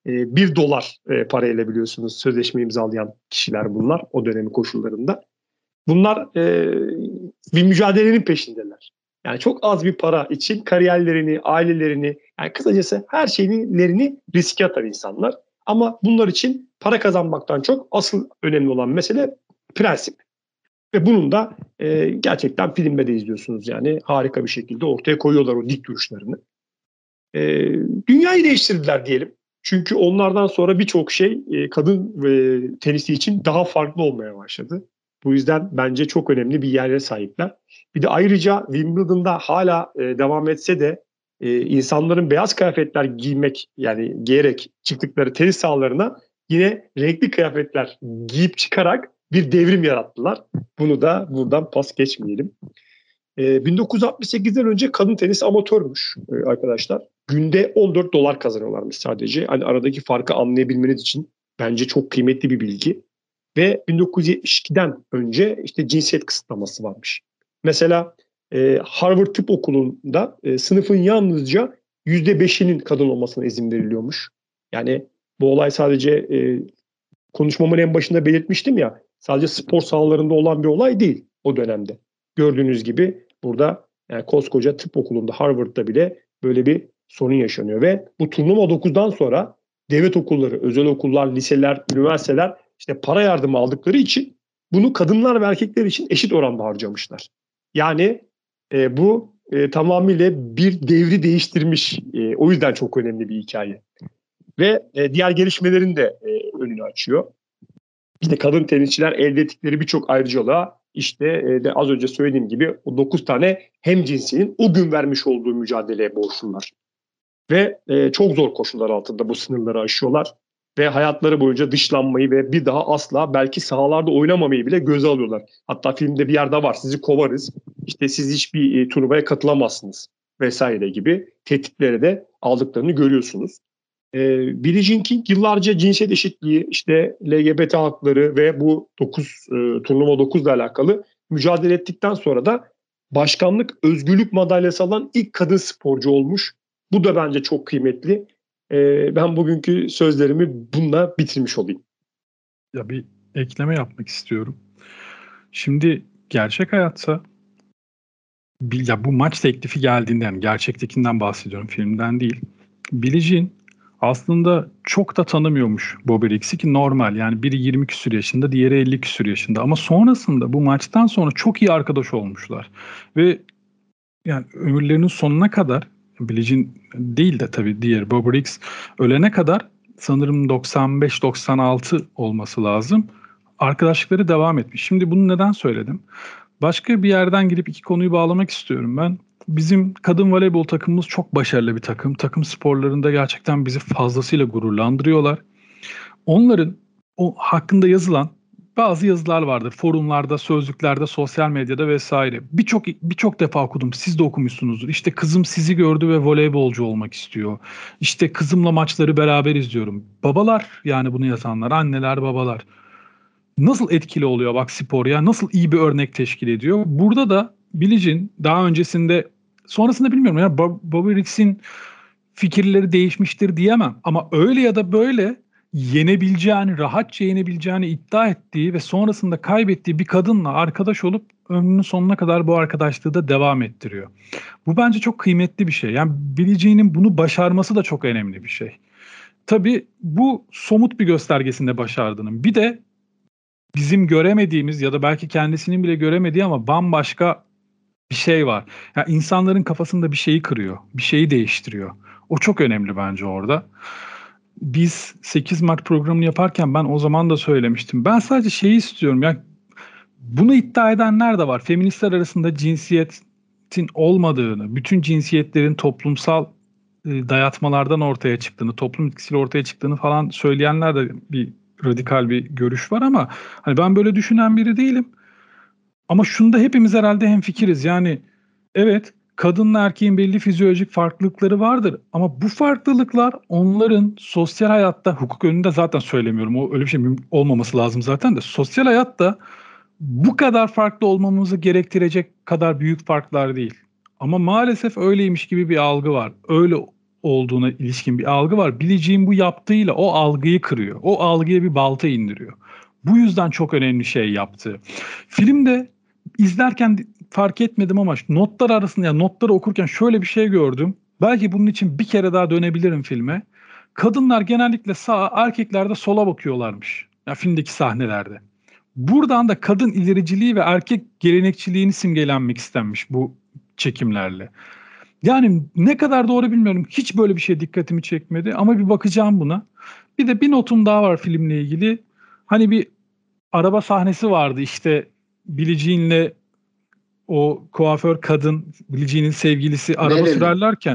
$1 parayla biliyorsunuz sözleşme imzalayan kişiler bunlar o dönemin koşullarında. Bunlar bir mücadelenin peşindeler. Yani çok az bir para için kariyerlerini, ailelerini, yani kısacası her şeylerini riske atan insanlar. Ama bunlar için para kazanmaktan çok asıl önemli olan mesele prensip. Ve bunun da gerçekten filmde de izliyorsunuz yani harika bir şekilde ortaya koyuyorlar o dik duruşlarını. Dünyayı değiştirdiler diyelim. Çünkü onlardan sonra birçok şey kadın tenisi için daha farklı olmaya başladı. Bu yüzden bence çok önemli bir yere sahipler. Bir de ayrıca Wimbledon'da hala devam etse de insanların beyaz kıyafetler giyerek çıktıkları tenis sahalarına yine renkli kıyafetler giyip çıkarak bir devrim yarattılar. Bunu da buradan pas geçmeyelim. 1968'den önce kadın tenis amatörmüş arkadaşlar. Günde $14 kazanıyorlarmış sadece. Hani aradaki farkı anlayabilmeniz için bence çok kıymetli bir bilgi. Ve 1972'den önce işte cinsiyet kısıtlaması varmış. Mesela Harvard Tıp Okulu'nda sınıfın yalnızca %5'inin kadın olmasına izin veriliyormuş. Yani bu olay sadece konuşmamın en başında belirtmiştim ya, sadece spor sahalarında olan bir olay değil o dönemde. Gördüğünüz gibi burada yani koskoca tıp okulunda, Harvard'da bile böyle bir sorun yaşanıyor ve bu turnuva 9'dan sonra devlet okulları, özel okullar, liseler, üniversiteler işte para yardımı aldıkları için bunu kadınlar ve erkekler için eşit oranda harcamışlar. Yani bu tamamıyla bir devri değiştirmiş. O yüzden çok önemli bir hikaye. Ve diğer gelişmelerin de önünü açıyor. İşte kadın tenisçiler elde ettikleri birçok ayrıcalığa işte de az önce söylediğim gibi o 9 tane hemcinsinin o gün vermiş olduğu mücadeleye borçlular. Ve çok zor koşullar altında bu sınırları aşıyorlar. Ve hayatları boyunca dışlanmayı ve bir daha asla belki sahalarda oynamamayı bile göze alıyorlar. Hatta filmde bir yerde var, sizi kovarız, işte siz hiçbir turnuvaya katılamazsınız vesaire gibi tehditlere de aldıklarını görüyorsunuz. Billie Jean King yıllarca cinsiyet eşitliği, işte LGBT hakları ve bu turnuva 9 ile alakalı mücadele ettikten sonra da başkanlık özgürlük madalyası alan ilk kadın sporcu olmuş. Bu da bence çok kıymetli. Ben bugünkü sözlerimi bununla bitirmiş olayım. Ya bir ekleme yapmak istiyorum. Şimdi gerçek hayatta ya bu maç teklifi geldiğinde, yani gerçektekinden bahsediyorum, filmden değil. Billie Jean aslında çok da tanımıyormuş Bobby Riggs'i, ki normal, yani biri 20 küsur yaşında, diğeri 50 küsur yaşında, ama sonrasında bu maçtan sonra çok iyi arkadaş olmuşlar ve yani ömürlerinin sonuna kadar, Billie Jean değil de tabii diğer Bobby Riggs ölene kadar, sanırım 95-96 olması lazım, arkadaşlıkları devam etmiş. Şimdi bunu neden söyledim? Başka bir yerden girip iki konuyu bağlamak istiyorum ben. Bizim kadın voleybol takımımız çok başarılı bir takım. Takım sporlarında gerçekten bizi fazlasıyla gururlandırıyorlar. Onların o hakkında yazılan bazı yazılar vardır. Forumlarda, sözlüklerde, sosyal medyada vesaire. Birçok defa okudum. Siz de okumuşsunuzdur. İşte kızım sizi gördü ve voleybolcu olmak istiyor. İşte kızımla maçları beraber izliyorum. Babalar, yani bunu yazanlar, anneler, babalar. Nasıl etkili oluyor bak spor ya, nasıl iyi bir örnek teşkil ediyor. Burada da Billie Jean daha öncesinde, sonrasında bilmiyorum ya, Bobby Riggs'in fikirleri değişmiştir diyemem. Ama öyle ya da böyle rahatça yenebileceğini iddia ettiği ve sonrasında kaybettiği bir kadınla arkadaş olup ömrünün sonuna kadar bu arkadaşlığı da devam ettiriyor. Bu bence çok kıymetli bir şey. Yani Billie Jean'in bunu başarması da çok önemli bir şey. Tabii bu somut bir göstergesinde başardığının. Bir de bizim göremediğimiz ya da belki kendisinin bile göremediği ama bambaşka bir şey var. Yani insanların kafasında bir şeyi kırıyor, bir şeyi değiştiriyor. O çok önemli bence orada. Biz 8 Mart programını yaparken ben o zaman da söylemiştim. Ben sadece şeyi istiyorum. Yani bunu iddia edenler de var. Feministler arasında cinsiyetin olmadığını, bütün cinsiyetlerin toplumsal dayatmalardan ortaya çıktığını, toplum etkisiyle ortaya çıktığını falan söyleyenler de bir radikal bir görüş var, ama hani ben böyle düşünen biri değilim. Ama şunda hepimiz herhalde hemfikiriz. Yani evet, kadınla erkeğin belli fizyolojik farklılıkları vardır, ama bu farklılıklar onların sosyal hayatta, hukuk önünde zaten söylemiyorum, o öyle bir şey olmaması lazım zaten, de sosyal hayatta bu kadar farklı olmamızı gerektirecek kadar büyük farklar değil. Ama maalesef öyleymiş gibi bir algı var. Öyle olduğuna ilişkin bir algı var. Billie Jean bu yaptığıyla o algıyı kırıyor. O algıya bir balta indiriyor. Bu yüzden çok önemli şey yaptı. Filmde izlerken fark etmedim ama notlar arasında, yani notları okurken şöyle bir şey gördüm. Belki bunun için bir kere daha dönebilirim filme. Kadınlar genellikle sağa, erkekler de sola bakıyorlarmış. Yani filmdeki sahnelerde. Buradan da kadın ilericiliği ve erkek gelenekçiliğini simgelenmek istenmiş bu çekimlerle. Yani ne kadar doğru bilmiyorum. Hiç böyle bir şey dikkatimi çekmedi ama bir bakacağım buna. Bir de bir notum daha var filmle ilgili. Hani bir araba sahnesi vardı, işte Billie Jean'le o kuaför kadın, Billie Jean'in sevgilisi araba Marilyn. sürerlerken.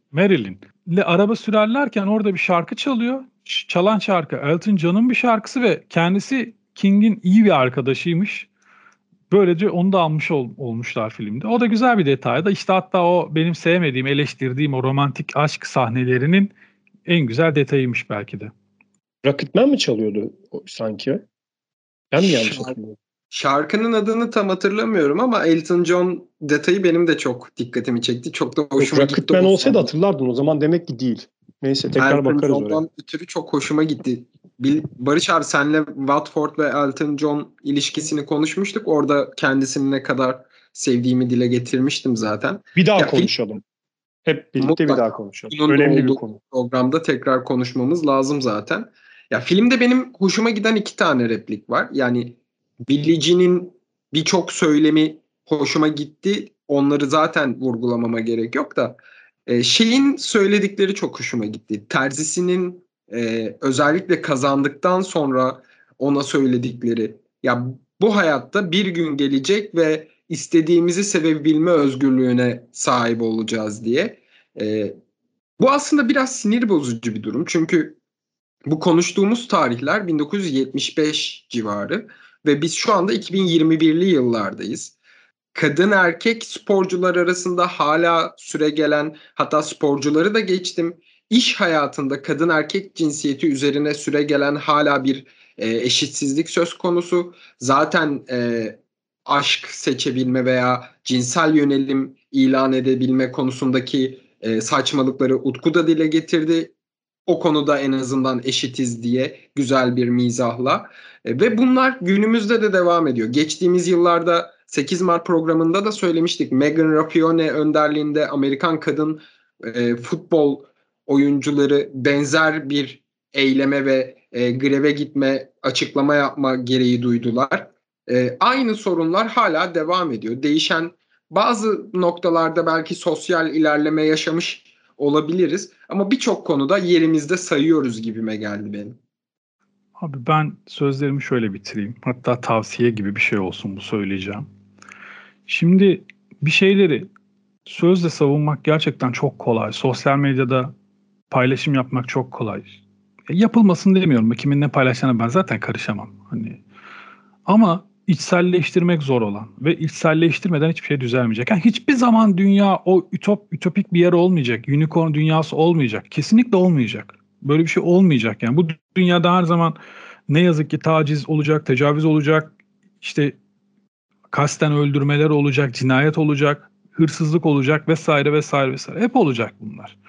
Marilyn'le araba sürerlerken orada bir şarkı çalıyor. Çalan şarkı Elton John'un bir şarkısı ve kendisi King'in iyi bir arkadaşıymış. Böylece onu da almış olmuşlar filmde. O da güzel bir detay da işte hatta o benim sevmediğim, eleştirdiğim o romantik aşk sahnelerinin en güzel detayıymış belki de. Rocketman mi çalıyordu sanki? Ben mi yanlış hatırlıyorum? Şarkının adını tam hatırlamıyorum ama Elton John detayı benim de çok dikkatimi çekti. Çok da hoşuma gitti. Rocketman olsaydı hatırlardın. O zaman demek ki değil. Neyse tekrar Elton bakarız John'dan oraya. ötürü çok hoşuma gitti. Barış abi senle Watford ve Elton John ilişkisini konuşmuştuk. Orada kendisini ne kadar sevdiğimi dile getirmiştim zaten. Bir daha konuşalım. Hep birlikte bir daha konuşalım. Önemli bir konu. Programda tekrar konuşmamız lazım zaten. Ya filmde benim hoşuma giden 2 tane replik var. Yani Billie Jean'in birçok söylemi hoşuma gitti. Onları zaten vurgulamama gerek yok da. Şeyin söyledikleri çok hoşuma gitti. Terzisinin özellikle kazandıktan sonra ona söyledikleri. Ya bu hayatta bir gün gelecek ve istediğimizi sevebilme özgürlüğüne sahip olacağız diye. Bu aslında biraz sinir bozucu bir durum. Çünkü bu konuştuğumuz tarihler 1975 civarı ve biz şu anda 2021'li yıllardayız. Kadın erkek sporcular arasında hala süregelen, hatta sporcuları da geçtim, iş hayatında kadın erkek cinsiyeti üzerine süregelen hala bir eşitsizlik söz konusu. Zaten aşk seçebilme veya cinsel yönelim ilan edebilme konusundaki saçmalıkları Utku da dile getirdi. O konuda en azından eşitiz diye güzel bir mizahla. Ve bunlar günümüzde de devam ediyor. Geçtiğimiz yıllarda 8 Mart programında da söylemiştik. Megan Rapinoe önderliğinde Amerikan kadın futbol oyuncuları benzer bir eyleme ve greve gitme, açıklama yapma gereği duydular. Aynı sorunlar hala devam ediyor. Değişen bazı noktalarda belki sosyal ilerleme yaşamış olabiliriz ama birçok konuda yerimizde sayıyoruz gibime geldi benim. Abi ben sözlerimi şöyle bitireyim. Hatta tavsiye gibi bir şey olsun bu söyleyeceğim. Şimdi bir şeyleri sözle savunmak gerçekten çok kolay. Sosyal medyada paylaşım yapmak çok kolay. Yapılmasın demiyorum. Kimin ne paylaşacağına ben zaten karışamam. Ama içselleştirmek zor olan ve içselleştirmeden hiçbir şey düzelmeyecek. Yani hiçbir zaman dünya o ütopik bir yer olmayacak. Unicorn dünyası olmayacak. Kesinlikle olmayacak. Böyle bir şey olmayacak. Yani bu dünyada her zaman ne yazık ki taciz olacak, tecavüz olacak, işte kasten öldürmeler olacak, cinayet olacak, hırsızlık olacak vesaire vesaire vesaire. Hep olacak bunlar.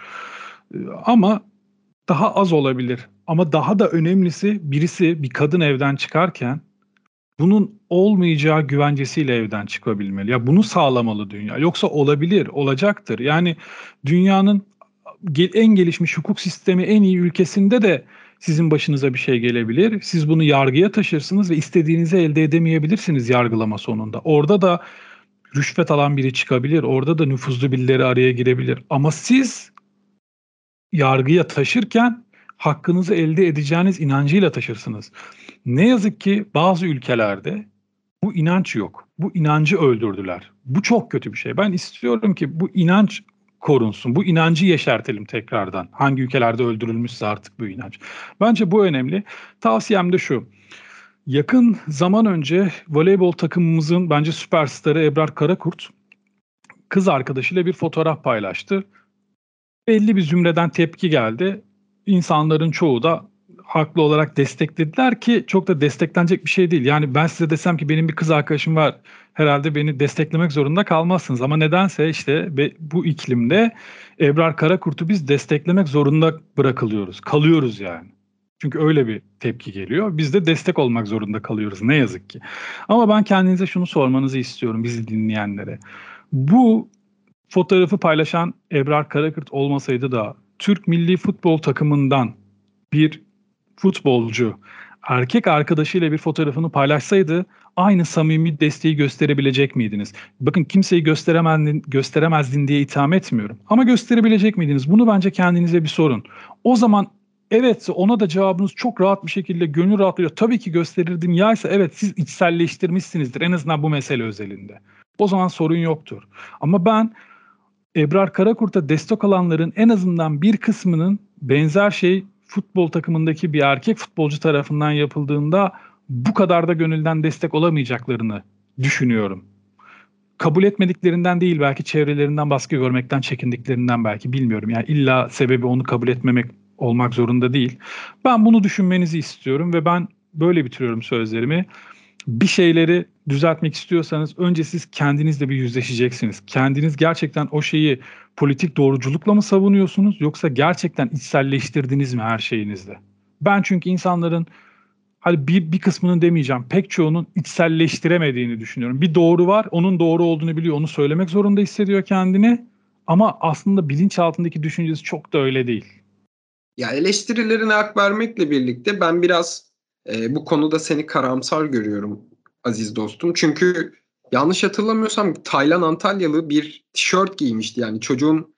Ama daha az olabilir. Ama daha da önemlisi bir kadın evden çıkarken bunun olmayacağı güvencesiyle evden çıkabilmeli. Ya bunu sağlamalı dünya. Yoksa olabilir, olacaktır. Yani dünyanın en gelişmiş hukuk sistemi en iyi ülkesinde de sizin başınıza bir şey gelebilir. Siz bunu yargıya taşırsınız ve istediğinizi elde edemeyebilirsiniz yargılama sonunda. Orada da rüşvet alan biri çıkabilir. Orada da nüfuzlu birileri araya girebilir. Ama siz yargıya taşırken hakkınızı elde edeceğiniz inancıyla taşırsınız. Ne yazık ki bazı ülkelerde bu inanç yok. Bu inancı öldürdüler. Bu çok kötü bir şey. Ben istiyorum ki bu inanç korunsun. Bu inancı yeşertelim tekrardan. Hangi ülkelerde öldürülmüşse artık bu inanç. Bence bu önemli. Tavsiyem de şu. Yakın zaman önce voleybol takımımızın bence süperstarı Ebrar Karakurt kız arkadaşıyla bir fotoğraf paylaştı. Belli bir zümreden tepki geldi. İnsanların çoğu da haklı olarak desteklediler ki çok da desteklenecek bir şey değil. Yani ben size desem ki benim bir kız arkadaşım var, herhalde beni desteklemek zorunda kalmazsınız. Ama nedense işte bu iklimde Ebrar Karakurt'u biz desteklemek zorunda bırakılıyoruz. Kalıyoruz yani. Çünkü öyle bir tepki geliyor. Biz de destek olmak zorunda kalıyoruz ne yazık ki. Ama ben kendinize şunu sormanızı istiyorum, bizi dinleyenlere. Bu fotoğrafı paylaşan Ebrar Karakurt olmasaydı da Türk milli futbol takımından bir futbolcu erkek arkadaşıyla bir fotoğrafını paylaşsaydı aynı samimi desteği gösterebilecek miydiniz? Bakın kimseyi gösteremezdin diye itham etmiyorum. Ama gösterebilecek miydiniz? Bunu bence kendinize bir sorun. O zaman evet, ona da cevabınız çok rahat bir şekilde gönül rahatlıyor. Tabii ki gösterirdim. Ya ise evet, siz içselleştirmişsinizdir en azından bu mesele özelinde. O zaman sorun yoktur. Ama ben Ebrar Karakurt'a destek alanların en azından bir kısmının benzer şey futbol takımındaki bir erkek futbolcu tarafından yapıldığında bu kadar da gönülden destek olamayacaklarını düşünüyorum. Kabul etmediklerinden değil, belki çevrelerinden baskı görmekten çekindiklerinden, belki bilmiyorum. Yani illa sebebi onu kabul etmemek olmak zorunda değil. Ben bunu düşünmenizi istiyorum ve ben böyle bitiriyorum sözlerimi. Bir şeyleri düzeltmek istiyorsanız önce siz kendinizle bir yüzleşeceksiniz. Kendiniz gerçekten o şeyi politik doğruculukla mı savunuyorsunuz, yoksa gerçekten içselleştirdiniz mi her şeyinizde? Ben çünkü insanların, hani bir kısmının demeyeceğim, pek çoğunun içselleştiremediğini düşünüyorum. Bir doğru var, onun doğru olduğunu biliyor, onu söylemek zorunda hissediyor kendini. Ama aslında bilinçaltındaki düşüncesi çok da öyle değil. Ya eleştirilerine hak vermekle birlikte ben biraz bu konuda seni karamsar görüyorum aziz dostum. Çünkü yanlış hatırlamıyorsam Taylan Antalyalı bir tişört giymişti. Yani çocuğun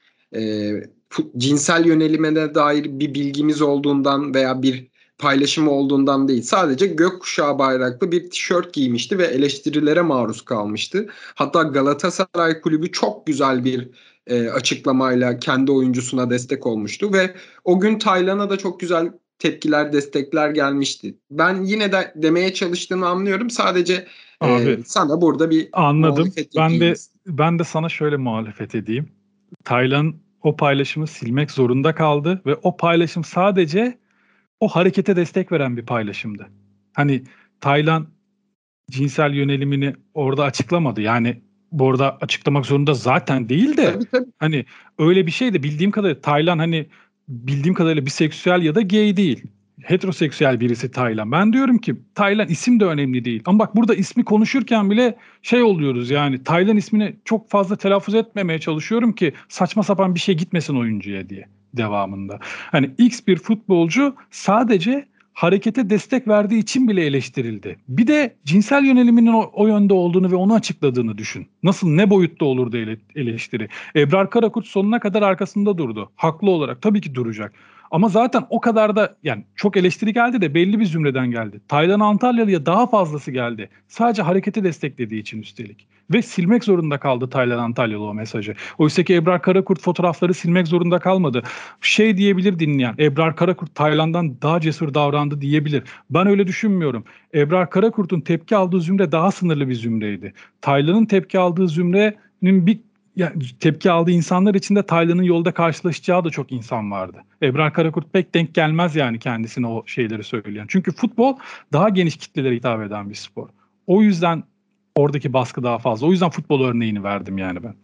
cinsel yönelimine dair bir bilgimiz olduğundan veya bir paylaşımı olduğundan değil. Sadece gökkuşağı bayraklı bir tişört giymişti ve eleştirilere maruz kalmıştı. Hatta Galatasaray Kulübü çok güzel bir açıklamayla kendi oyuncusuna destek olmuştu ve o gün Taylan'a da çok güzel tepkiler, destekler gelmişti. Ben yine de demeye çalıştığını anlıyorum. Sadece Abi, sana burada bir anladım. muhalefet yapayım. Ben de sana şöyle muhalefet edeyim. Taylan o paylaşımı silmek zorunda kaldı ve o paylaşım sadece o harekete destek veren bir paylaşımdı. Hani Taylan cinsel yönelimini orada açıklamadı. Yani bu arada açıklamak zorunda zaten değil de Tabii. hani öyle bir şey de bildiğim kadarıyla Taylan, hani bildiğim kadarıyla biseksüel ya da gay değil. Heteroseksüel birisi Taylan. Ben diyorum ki Taylan isim de önemli değil. Ama bak, burada ismi konuşurken bile şey oluyoruz, yani Taylan ismini çok fazla telaffuz etmemeye çalışıyorum ki saçma sapan bir şey gitmesin oyuncuya diye devamında. Hani X bir futbolcu sadece harekete destek verdiği için bile eleştirildi. Bir de cinsel yöneliminin o yönde olduğunu ve onu açıkladığını düşün. Nasıl, ne boyutta olurdu eleştiri? Ebrar Karakurt sonuna kadar arkasında durdu. Haklı olarak tabii ki duracak. Ama zaten o kadar da, yani çok eleştiri geldi de belli bir zümreden geldi. Taylan Antalyalı'ya daha fazlası geldi. Sadece hareketi desteklediği için üstelik. Ve silmek zorunda kaldı Taylan Antalyalı o mesajı. Oysa ki Ebrar Karakurt fotoğrafları silmek zorunda kalmadı. Şey diyebilir dinleyen, Ebrar Karakurt Taylan'dan daha cesur davrandı diyebilir. Ben öyle düşünmüyorum. Ebrar Karakurt'un tepki aldığı zümre daha sınırlı bir zümreydi. Taylan'ın tepki aldığı zümrenin tepki aldığı insanlar içinde Taylan'ın yolda karşılaşacağı da çok insan vardı. Ebrar Karakurt pek denk gelmez yani kendisine o şeyleri söyleyen. Çünkü futbol daha geniş kitlelere hitap eden bir spor. O yüzden oradaki baskı daha fazla. O yüzden futbol örneğini verdim yani ben.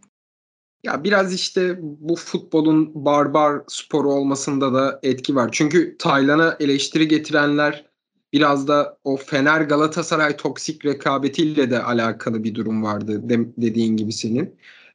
Ya biraz işte bu futbolun barbar sporu olmasında da etki var. Çünkü Taylan'a eleştiri getirenler biraz da o Fener Galatasaray toksik rekabetiyle de alakalı bir durum vardı dediğin gibi senin.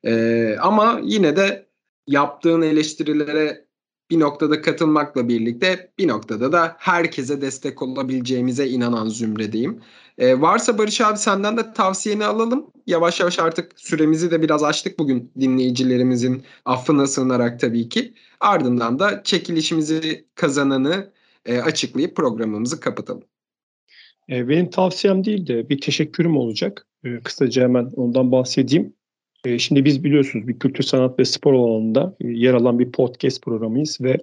Ama yine de yaptığın eleştirilere bir noktada katılmakla birlikte bir noktada da herkese destek olabileceğimize inanan zümredeyim. Varsa Barış abi senden de tavsiyeni alalım. Yavaş yavaş artık süremizi de biraz açtık bugün dinleyicilerimizin affına sığınarak tabii ki. Ardından da çekilişimizi kazananı açıklayıp programımızı kapatalım. Benim tavsiyem değil de bir teşekkürüm olacak. Kısaca hemen ondan bahsedeyim. Şimdi biz biliyorsunuz bir kültür, sanat ve spor alanında yer alan bir podcast programıyız ve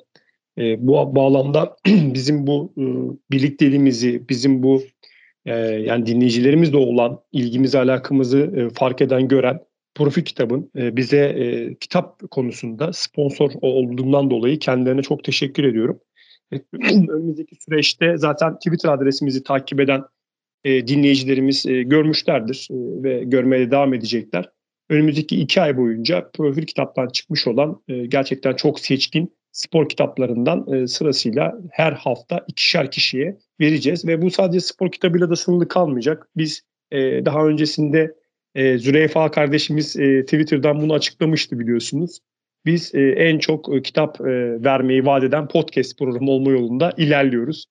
bu bağlamda bizim bu birlikteliğimizi, bizim bu yani dinleyicilerimizle olan ilgimizi, alakamızı fark eden, gören Profil Kitab'ın bize kitap konusunda sponsor olduğundan dolayı kendilerine çok teşekkür ediyorum. Önümüzdeki süreçte zaten Twitter adresimizi takip eden dinleyicilerimiz görmüşlerdir ve görmeye devam edecekler. Önümüzdeki 2 ay boyunca Profil Kitap'tan çıkmış olan gerçekten çok seçkin spor kitaplarından sırasıyla her hafta 2'şer kişiye vereceğiz. Ve bu sadece spor kitabıyla da sınırlı kalmayacak. Biz daha öncesinde Züleyfa kardeşimiz Twitter'dan bunu açıklamıştı biliyorsunuz. Biz en çok kitap vermeyi vaat eden podcast programı olma yolunda ilerliyoruz.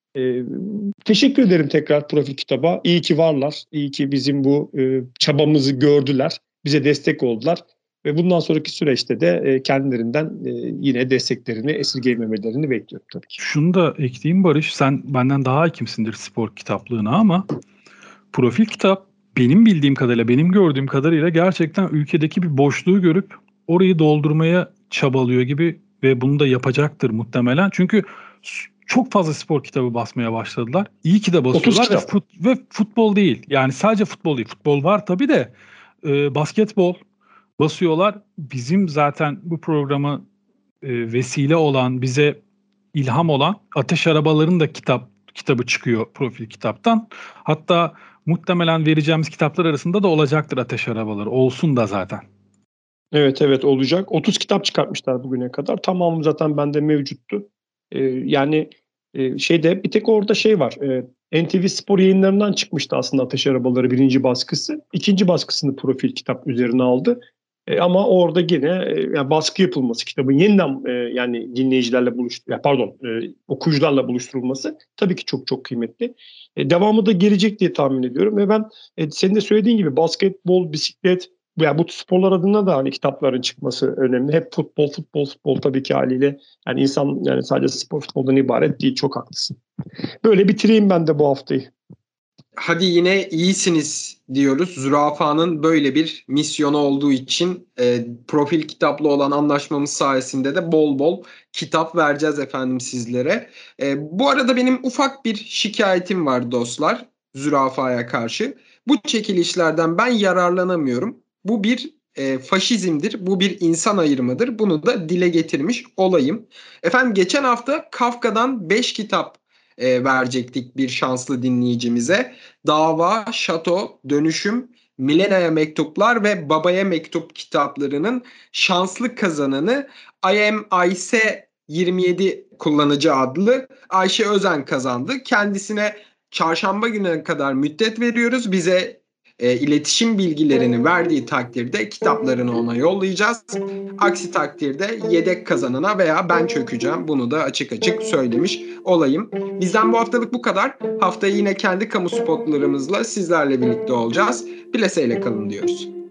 Teşekkür ederim tekrar Profil Kitap'a. İyi ki varlar. İyi ki bizim bu çabamızı gördüler. Bize destek oldular. Ve bundan sonraki süreçte de kendilerinden yine desteklerini esirgememelerini bekliyorum tabii ki. Şunu da ekleyeyim Barış. Sen benden daha hakimsindir spor kitaplığına ama Profil Kitap benim bildiğim kadarıyla, benim gördüğüm kadarıyla gerçekten ülkedeki bir boşluğu görüp orayı doldurmaya çabalıyor gibi ve bunu da yapacaktır muhtemelen. Çünkü çok fazla spor kitabı basmaya başladılar. İyi ki de basıyorlar ve futbol değil. Yani sadece futbol değil. Futbol var tabii de basketbol basıyorlar. Bizim zaten bu programı vesile olan, bize ilham olan Ateş Arabaları'nın da kitabı çıkıyor profil kitaptan. Hatta muhtemelen vereceğimiz kitaplar arasında da olacaktır Ateş Arabaları. Olsun da zaten. Evet olacak. 30 kitap çıkartmışlar bugüne kadar. Tamamı zaten bende mevcuttu. Bir tek orada var. NTV Spor Yayınları'ndan çıkmıştı aslında Ateş Arabaları 1. baskısı. 2. baskısını profil kitap üzerine aldı. Ama orada yine yani baskı yapılması, kitabın yeniden yani dinleyicilerle okuyucularla buluşturulması tabii ki çok çok kıymetli. Devamı da gelecek diye tahmin ediyorum ve ben senin de söylediğin gibi basketbol, bisiklet, yani bu sporlar adına da hani kitapların çıkması önemli. Hep futbol tabii ki haliyle. Yani insan yani sadece futboldan ibaret değil. Çok haklısın. Böyle bitireyim ben de bu haftayı. Hadi yine iyisiniz diyoruz. Zürafa'nın böyle bir misyonu olduğu için profil kitaplı olan anlaşmamız sayesinde de bol bol kitap vereceğiz efendim sizlere. Bu arada benim ufak bir şikayetim var dostlar Zürafa'ya karşı. Bu çekilişlerden ben yararlanamıyorum. Bu bir faşizmdir, bu bir insan ayrımıdır. Bunu da dile getirmiş olayım. Efendim geçen hafta Kafka'dan 5 kitap verecektik bir şanslı dinleyicimize. Dava, Şato, Dönüşüm, Milena'ya Mektuplar ve Babaya Mektup kitaplarının şanslı kazananı I Am Ayse 27 kullanıcı adlı Ayşe Özen kazandı. Kendisine çarşamba gününe kadar müddet veriyoruz. Bize iletişim bilgilerini verdiği takdirde kitaplarını ona yollayacağız. Aksi takdirde yedek kazanana veya ben çökeceğim. Bunu da açık açık söylemiş olayım. Bizden bu haftalık bu kadar. Haftaya yine kendi kamu spotlarımızla sizlerle birlikte olacağız. Bileseyle kalın diyoruz.